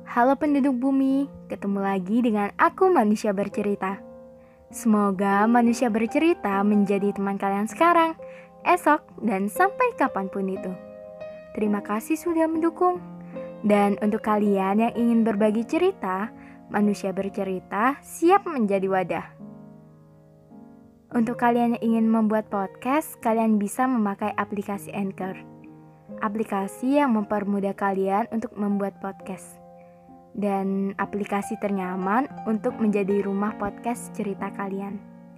Halo penduduk bumi, ketemu lagi dengan aku manusia bercerita. Semoga manusia bercerita menjadi teman kalian sekarang, esok, dan sampai kapanpun itu. Terima kasih sudah mendukung. Dan untuk kalian yang ingin berbagi cerita, manusia bercerita siap menjadi wadah. Untuk kalian yang ingin membuat podcast, kalian bisa memakai aplikasi Anchor. Aplikasi yang mempermudah kalian untuk membuat podcast. Dan aplikasi ternyaman untuk menjadi rumah podcast cerita kalian.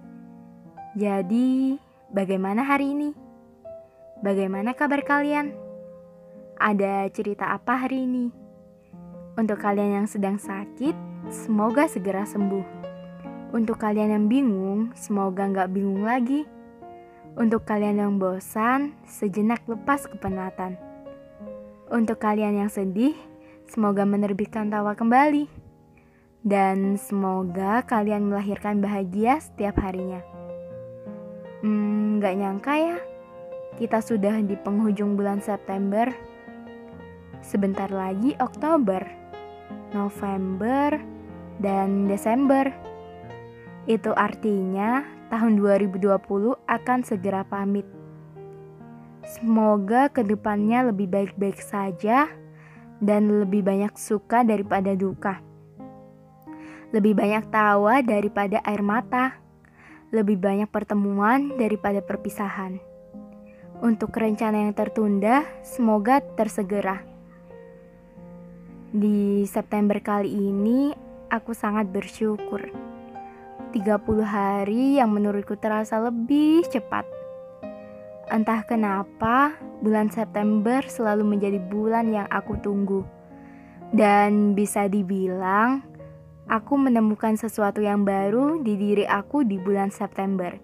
Jadi, bagaimana hari ini? Bagaimana kabar kalian? Ada cerita apa hari ini? Untuk kalian yang sedang sakit, semoga segera sembuh. Untuk kalian yang bingung, semoga gak bingung lagi. Untuk kalian yang bosan, sejenak lepas kepenatan. Untuk kalian yang sedih, semoga menerbitkan tawa kembali. Dan semoga kalian melahirkan bahagia setiap harinya. Gak nyangka ya, kita sudah di penghujung bulan September. Sebentar lagi Oktober, November, dan Desember. Itu artinya tahun 2020 akan segera pamit. Semoga kedepannya lebih baik-baik saja dan lebih banyak suka daripada duka. Lebih banyak tawa daripada air mata. Lebih banyak pertemuan daripada perpisahan. Untuk rencana yang tertunda, semoga tersegera. Di September kali ini, aku sangat bersyukur. 30 hari yang menurutku terasa lebih cepat. Entah kenapa, bulan September selalu menjadi bulan yang aku tunggu. Dan bisa dibilang, aku menemukan sesuatu yang baru di diri aku di bulan September.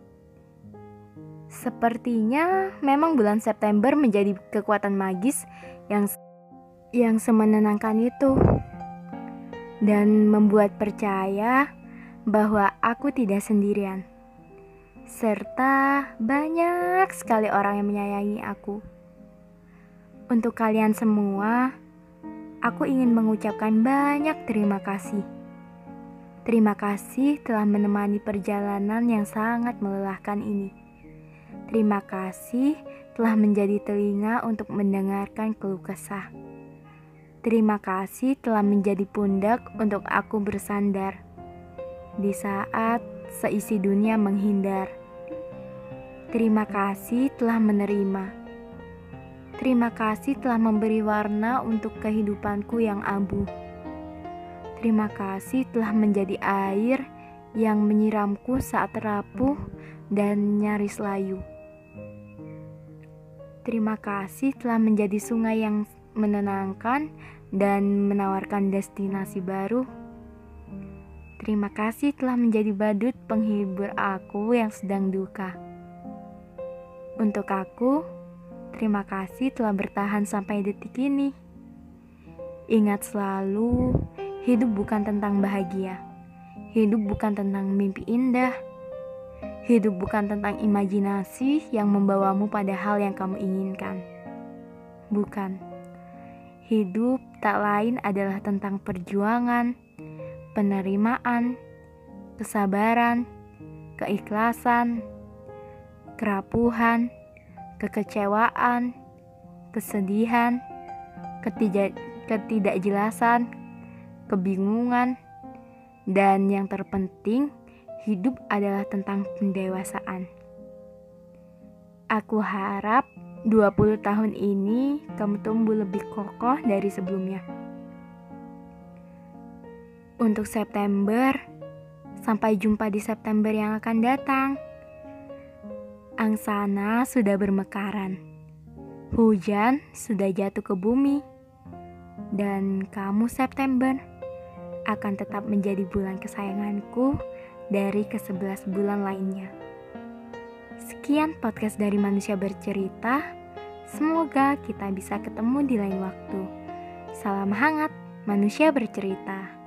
Sepertinya memang bulan September menjadi kekuatan magis yang semenenangkan itu. Dan membuat percaya bahwa aku tidak sendirian. Serta banyak sekali orang yang menyayangi aku. Untuk kalian semua, aku ingin mengucapkan banyak terima kasih. Terima kasih telah menemani perjalanan yang sangat melelahkan ini. Terima kasih telah menjadi telinga untuk mendengarkan keluh kesah. Terima kasih telah menjadi pundak untuk aku bersandar di saat seisi dunia menghindar. Terima kasih telah menerima. Terima kasih telah memberi warna untuk kehidupanku yang abu. Terima kasih telah menjadi air yang menyiramku saat rapuh dan nyaris layu. Terima kasih telah menjadi sungai yang menenangkan dan menawarkan destinasi baru. Terima kasih telah menjadi badut penghibur aku yang sedang duka. Untuk aku, terima kasih telah bertahan sampai detik ini. Ingat selalu, hidup bukan tentang bahagia. Hidup bukan tentang mimpi indah. Hidup bukan tentang imajinasi yang membawamu pada hal yang kamu inginkan. Bukan. Hidup tak lain adalah tentang perjuangan, penerimaan, kesabaran, keikhlasan, kerapuhan, kekecewaan, kesedihan, ketidakjelasan, kebingungan, dan yang terpenting, hidup adalah tentang pendewasaan. Aku harap 20 tahun ini kamu tumbuh lebih kokoh dari sebelumnya. Untuk September, sampai jumpa di September yang akan datang. Angsana sudah bermekaran. Hujan sudah jatuh ke bumi. Dan kamu September akan tetap menjadi bulan kesayanganku dari ke-11 bulan lainnya. Sekian podcast dari Manusia Bercerita. Semoga kita bisa ketemu di lain waktu. Salam hangat, Manusia Bercerita.